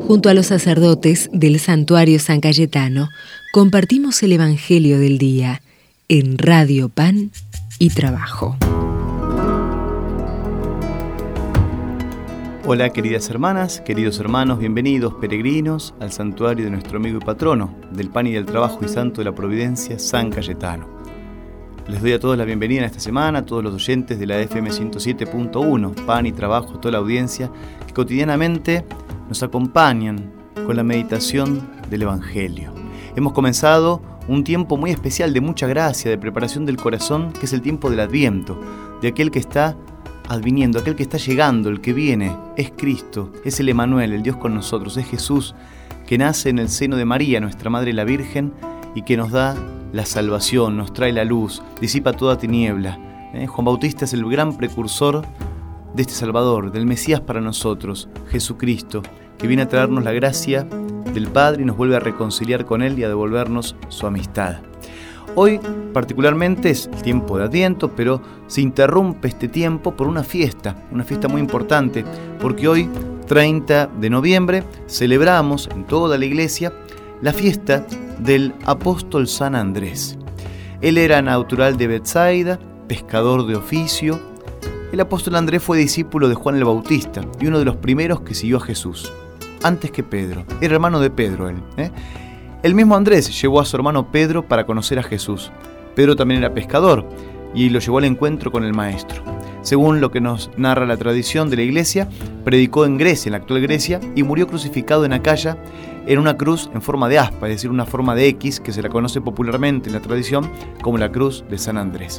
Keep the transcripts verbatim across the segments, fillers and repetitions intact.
Junto a los sacerdotes del Santuario San Cayetano, compartimos el Evangelio del Día en Radio Pan y Trabajo. Hola queridas hermanas, queridos hermanos, bienvenidos peregrinos al santuario de nuestro amigo y patrono del Pan y del Trabajo y Santo de la Providencia, San Cayetano. Les doy a todos la bienvenida en esta semana, a todos los oyentes de la F M ciento siete punto uno, Pan y Trabajo, toda la audiencia que cotidianamente nos acompañan con la meditación del Evangelio. Hemos comenzado un tiempo muy especial de mucha gracia, de preparación del corazón, que es el tiempo del Adviento, de aquel que está adviniendo, aquel que está llegando, el que viene, es Cristo, es el Emanuel, el Dios con nosotros, es Jesús, que nace en el seno de María, nuestra Madre la Virgen, y que nos da la salvación, nos trae la luz, disipa toda tiniebla. ¿Eh? Juan Bautista es el gran precursor de este Salvador, del Mesías para nosotros, Jesucristo, que viene a traernos la gracia del Padre y nos vuelve a reconciliar con Él y a devolvernos su amistad. Hoy particularmente es el tiempo de Adviento, pero se interrumpe este tiempo por una fiesta, una fiesta muy importante, porque hoy, treinta de noviembre, celebramos en toda la iglesia la fiesta del apóstol San Andrés. Él era natural de Betsaida, pescador de oficio. El apóstol Andrés fue discípulo de Juan el Bautista y uno de los primeros que siguió a Jesús, antes que Pedro. Era hermano de Pedro él, ¿eh? El mismo Andrés llevó a su hermano Pedro para conocer a Jesús. Pedro también era pescador y lo llevó al encuentro con el Maestro. Según lo que nos narra la tradición de la iglesia, predicó en Grecia, en la actual Grecia, y murió crucificado en Acaya en una cruz en forma de aspa, es decir, una forma de X que se la conoce popularmente en la tradición como la cruz de San Andrés.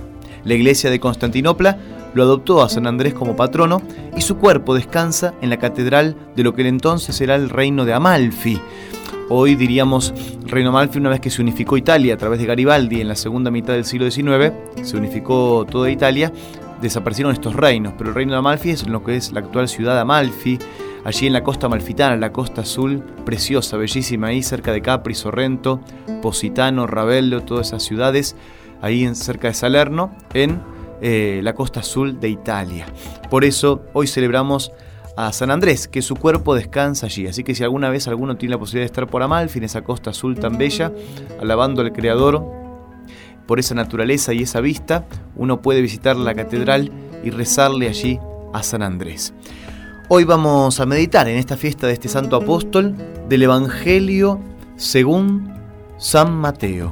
La iglesia de Constantinopla lo adoptó a San Andrés como patrono y su cuerpo descansa en la catedral de lo que entonces era el reino de Amalfi. Hoy diríamos el reino de Amalfi una vez que se unificó Italia a través de Garibaldi en la segunda mitad del siglo diecinueve, se unificó toda Italia, desaparecieron estos reinos, pero el reino de Amalfi es lo que es la actual ciudad de Amalfi, allí en la costa amalfitana, la costa azul, preciosa, bellísima, ahí cerca de Capri, Sorrento, Positano, Ravello, todas esas ciudades, ahí en, cerca de Salerno, en eh, la costa azul de Italia. Por eso hoy celebramos a San Andrés, que su cuerpo descansa allí. Así que si alguna vez alguno tiene la posibilidad de estar por Amalfi, en esa costa azul tan bella, alabando al Creador por esa naturaleza y esa vista, uno puede visitar la catedral y rezarle allí a San Andrés. Hoy vamos a meditar en esta fiesta de este santo apóstol del Evangelio según San Mateo.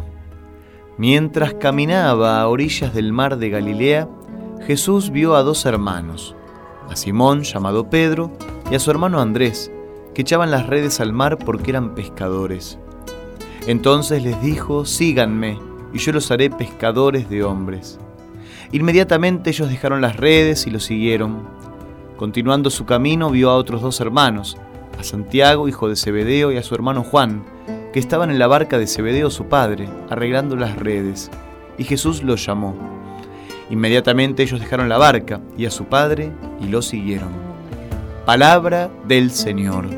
Mientras caminaba a orillas del mar de Galilea, Jesús vio a dos hermanos, a Simón, llamado Pedro, y a su hermano Andrés, que echaban las redes al mar porque eran pescadores. Entonces les dijo: síganme, y yo los haré pescadores de hombres. Inmediatamente ellos dejaron las redes y lo siguieron. Continuando su camino, vio a otros dos hermanos, a Santiago, hijo de Zebedeo, y a su hermano Juan, que estaban en la barca de Zebedeo su padre, arreglando las redes. Y Jesús los llamó. Inmediatamente ellos dejaron la barca y a su padre y lo siguieron. Palabra del Señor.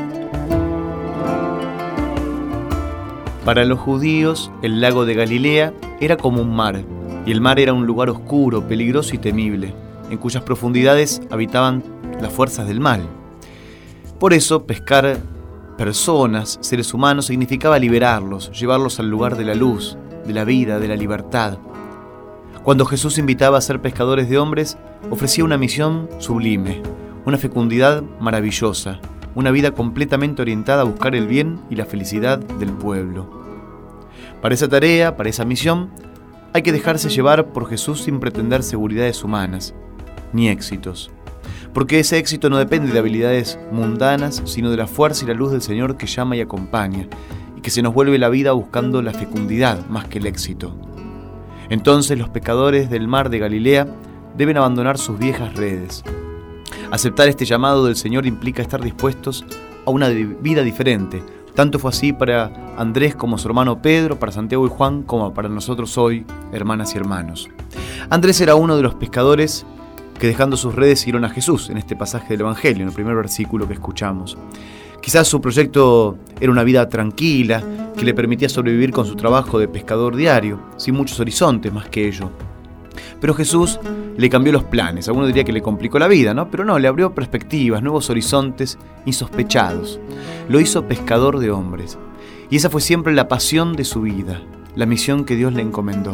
Para los judíos, el lago de Galilea era como un mar, y el mar era un lugar oscuro, peligroso y temible, en cuyas profundidades habitaban las fuerzas del mal. Por eso, pescar personas, seres humanos, significaba liberarlos, llevarlos al lugar de la luz, de la vida, de la libertad. Cuando Jesús invitaba a ser pescadores de hombres, ofrecía una misión sublime, una fecundidad maravillosa, una vida completamente orientada a buscar el bien y la felicidad del pueblo. Para esa tarea, para esa misión, hay que dejarse llevar por Jesús sin pretender seguridades humanas, ni éxitos. Porque ese éxito no depende de habilidades mundanas, sino de la fuerza y la luz del Señor que llama y acompaña, y que se nos vuelve la vida buscando la fecundidad más que el éxito. Entonces los pescadores del mar de Galilea deben abandonar sus viejas redes. Aceptar este llamado del Señor implica estar dispuestos a una vida diferente. Tanto fue así para Andrés como su hermano Pedro, para Santiago y Juan, como para nosotros hoy, hermanas y hermanos. Andrés era uno de los pescadores que dejando sus redes siguieron a Jesús en este pasaje del Evangelio, en el primer versículo que escuchamos. Quizás su proyecto era una vida tranquila, que le permitía sobrevivir con su trabajo de pescador diario, sin muchos horizontes más que ello. Pero Jesús le cambió los planes. Alguno diría que le complicó la vida, ¿no? Pero no, le abrió perspectivas, nuevos horizontes insospechados. Lo hizo pescador de hombres. Y esa fue siempre la pasión de su vida, la misión que Dios le encomendó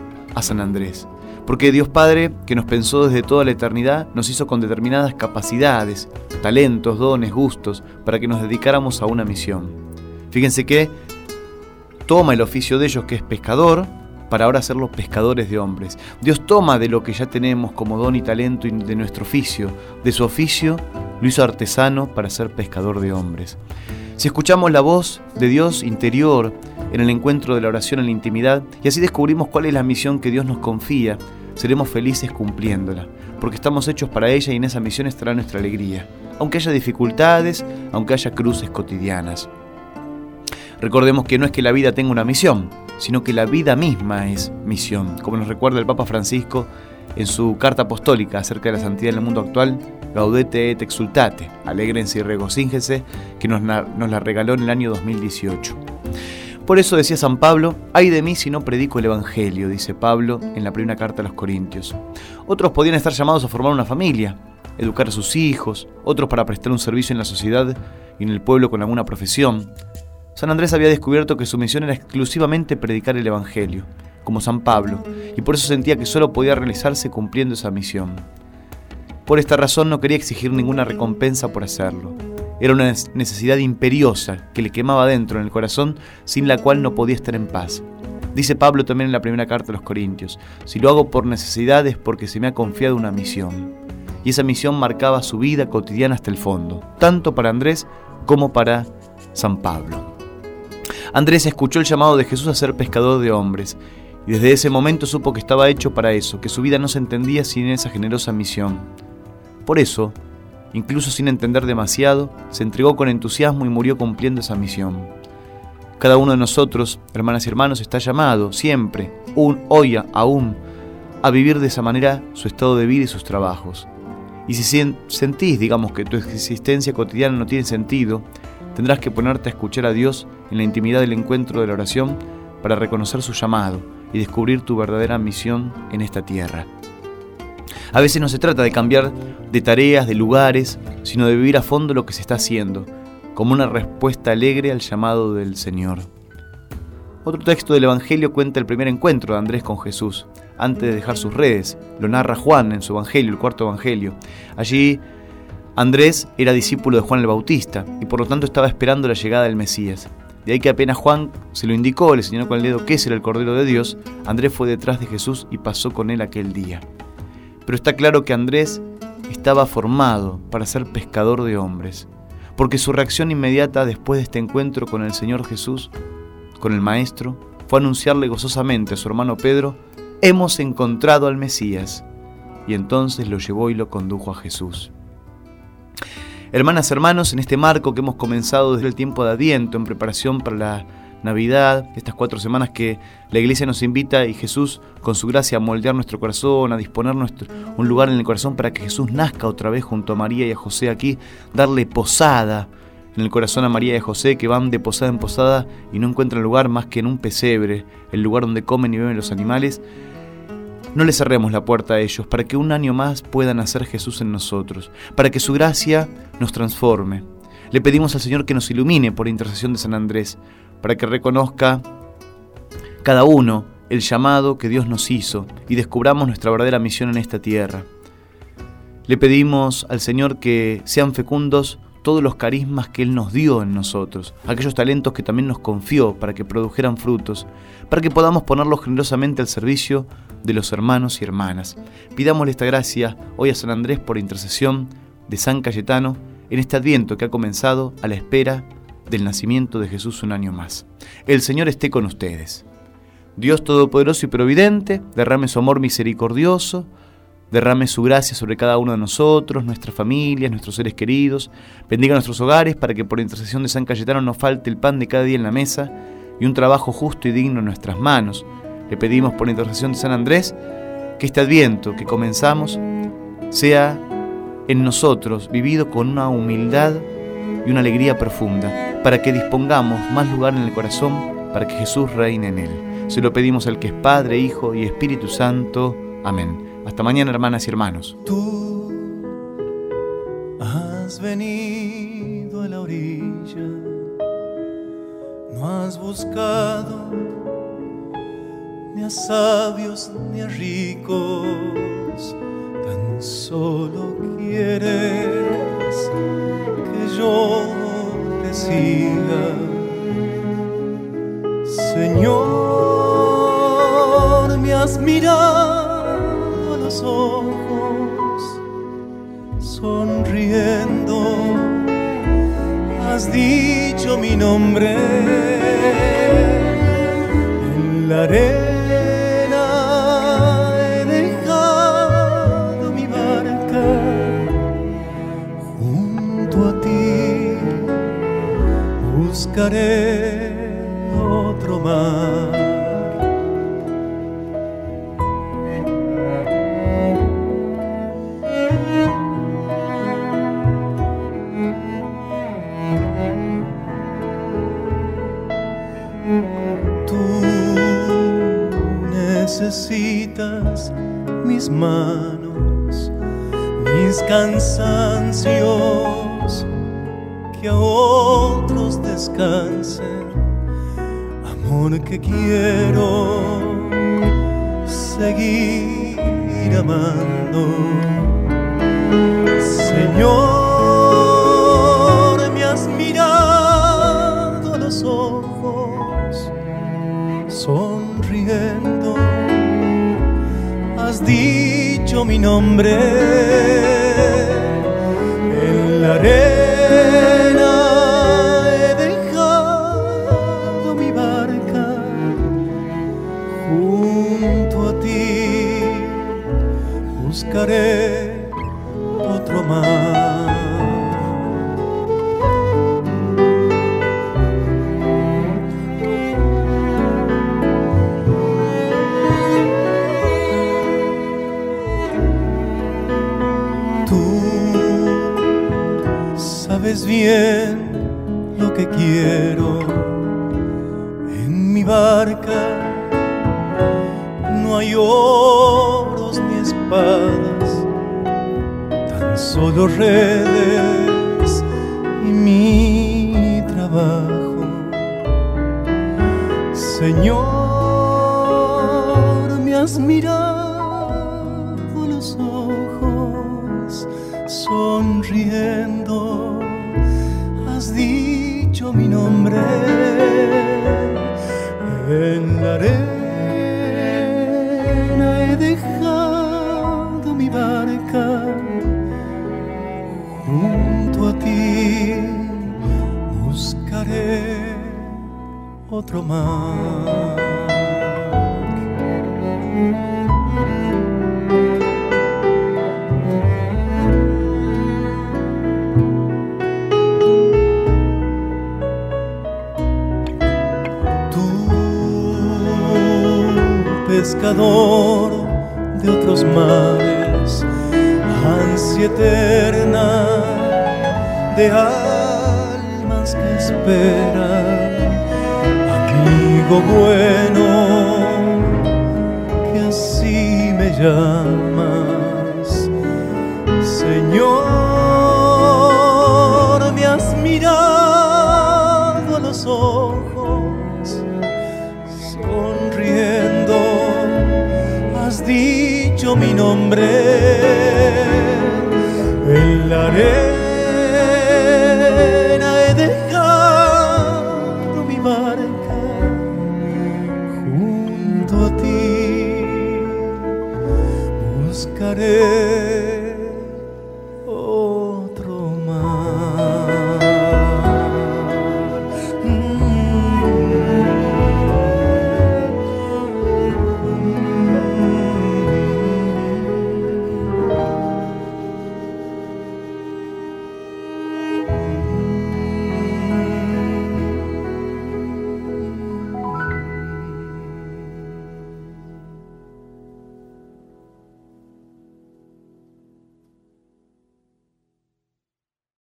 a San Andrés. Porque Dios Padre, que nos pensó desde toda la eternidad, nos hizo con determinadas capacidades, talentos, dones, gustos, para que nos dedicáramos a una misión. Fíjense que toma el oficio de ellos, que es pescador, para ahora hacerlos pescadores de hombres. Dios toma de lo que ya tenemos como don y talento y de nuestro oficio, de su oficio, lo hizo artesano para ser pescador de hombres. Si escuchamos la voz de Dios interior en el encuentro de la oración en la intimidad, y así descubrimos cuál es la misión que Dios nos confía, seremos felices cumpliéndola, porque estamos hechos para ella y en esa misión estará nuestra alegría, aunque haya dificultades, aunque haya cruces cotidianas. Recordemos que no es que la vida tenga una misión, sino que la vida misma es misión, como nos recuerda el Papa Francisco en su carta apostólica acerca de la santidad en el mundo actual, Gaudete et Exultate, alégrense y regocíjense, que nos, nos la regaló en el año dos mil dieciocho. Por eso decía San Pablo, ay de mí si no predico el Evangelio, dice Pablo en la primera carta a los Corintios. Otros podían estar llamados a formar una familia, educar a sus hijos, otros para prestar un servicio en la sociedad y en el pueblo con alguna profesión. San Andrés había descubierto que su misión era exclusivamente predicar el Evangelio, como San Pablo, y por eso sentía que solo podía realizarse cumpliendo esa misión. Por esta razón no quería exigir ninguna recompensa por hacerlo. Era una necesidad imperiosa que le quemaba dentro en el corazón, sin la cual no podía estar en paz. Dice Pablo también en la primera carta a los Corintios, si lo hago por necesidad es porque se me ha confiado una misión. Y esa misión marcaba su vida cotidiana hasta el fondo, tanto para Andrés como para San Pablo. Andrés escuchó el llamado de Jesús a ser pescador de hombres, y desde ese momento supo que estaba hecho para eso, que su vida no se entendía sin esa generosa misión. Por eso, incluso sin entender demasiado, se entregó con entusiasmo y murió cumpliendo esa misión. Cada uno de nosotros, hermanas y hermanos, está llamado siempre, un, hoy aún, a vivir de esa manera su estado de vida y sus trabajos. Y si sentís, digamos, que tu existencia cotidiana no tiene sentido, tendrás que ponerte a escuchar a Dios en la intimidad del encuentro de la oración para reconocer su llamado y descubrir tu verdadera misión en esta tierra. A veces no se trata de cambiar de tareas, de lugares, sino de vivir a fondo lo que se está haciendo, como una respuesta alegre al llamado del Señor. Otro texto del Evangelio cuenta el primer encuentro de Andrés con Jesús, antes de dejar sus redes. Lo narra Juan en su Evangelio, el cuarto Evangelio. Allí Andrés era discípulo de Juan el Bautista y por lo tanto estaba esperando la llegada del Mesías. De ahí que apenas Juan se lo indicó, le señaló con el dedo que ese era el Cordero de Dios, Andrés fue detrás de Jesús y pasó con él aquel día. Pero está claro que Andrés estaba formado para ser pescador de hombres, porque su reacción inmediata después de este encuentro con el Señor Jesús, con el Maestro, fue anunciarle gozosamente a su hermano Pedro, hemos encontrado al Mesías, y entonces lo llevó y lo condujo a Jesús. Hermanas, hermanos, en este marco que hemos comenzado desde el tiempo de Adviento, en preparación para la Navidad, estas cuatro semanas que la Iglesia nos invita y Jesús, con su gracia, a moldear nuestro corazón, a disponer nuestro, un lugar en el corazón para que Jesús nazca otra vez junto a María y a José aquí, darle posada en el corazón a María y a José, que van de posada en posada y no encuentran lugar más que en un pesebre, el lugar donde comen y beben los animales. No le cerremos la puerta a ellos, para que un año más pueda nacer Jesús en nosotros, para que su gracia nos transforme. Le pedimos al Señor que nos ilumine por intercesión de San Andrés, para que reconozca cada uno el llamado que Dios nos hizo y descubramos nuestra verdadera misión en esta tierra. Le pedimos al Señor que sean fecundos todos los carismas que Él nos dio en nosotros, aquellos talentos que también nos confió para que produjeran frutos, para que podamos ponerlos generosamente al servicio de los hermanos y hermanas. Pidámosle esta gracia hoy a San Andrés por intercesión de San Cayetano en este Adviento que ha comenzado a la espera del nacimiento de Jesús un año más. El Señor esté con ustedes. Dios Todopoderoso y Providente, derrame su amor misericordioso, derrame su gracia sobre cada uno de nosotros, nuestras familias, nuestros seres queridos, bendiga nuestros hogares para que por intercesión de San Cayetano nos falte el pan de cada día en la mesa y un trabajo justo y digno en nuestras manos. Le pedimos por intercesión de San Andrés que este Adviento que comenzamos sea en nosotros vivido con una humildad y una alegría profunda, para que dispongamos más lugar en el corazón para que Jesús reine en él. Se lo pedimos al que es Padre, Hijo y Espíritu Santo. Amén. Hasta mañana, hermanas y hermanos. Tú has venido a la orilla, no has buscado ni a sabios ni a ricos, tan solo quieres que yo te siga. Señor, me has mirado a los ojos, sonriendo, has dicho mi nombre. En la arena he dejado mi barca, junto a ti buscaré otro mar. Necesitas mis manos, mis cansancios, que a otros descansen. Amor que quiero seguir amando. Señor, me has mirado a los ojos, sonriendo, has dicho mi nombre. En la arena he dejado mi barca, junto a ti buscaré otro mar. Sabes bien lo que quiero. En mi barca no hay oros ni espadas, tan solo redes y mi trabajo. Señor, me has mirado a los ojos, sonriendo, has dicho mi nombre. En la arena he dejado mi barca, junto a ti buscaré otro mar. Pescador de otros mares, ansia eterna de almas que esperan, amigo bueno, que así me llamas. Señor, me has mirado a los ojos, sonriendo, has dicho mi nombre. En la arena he dejado mi barca, junto a ti buscaré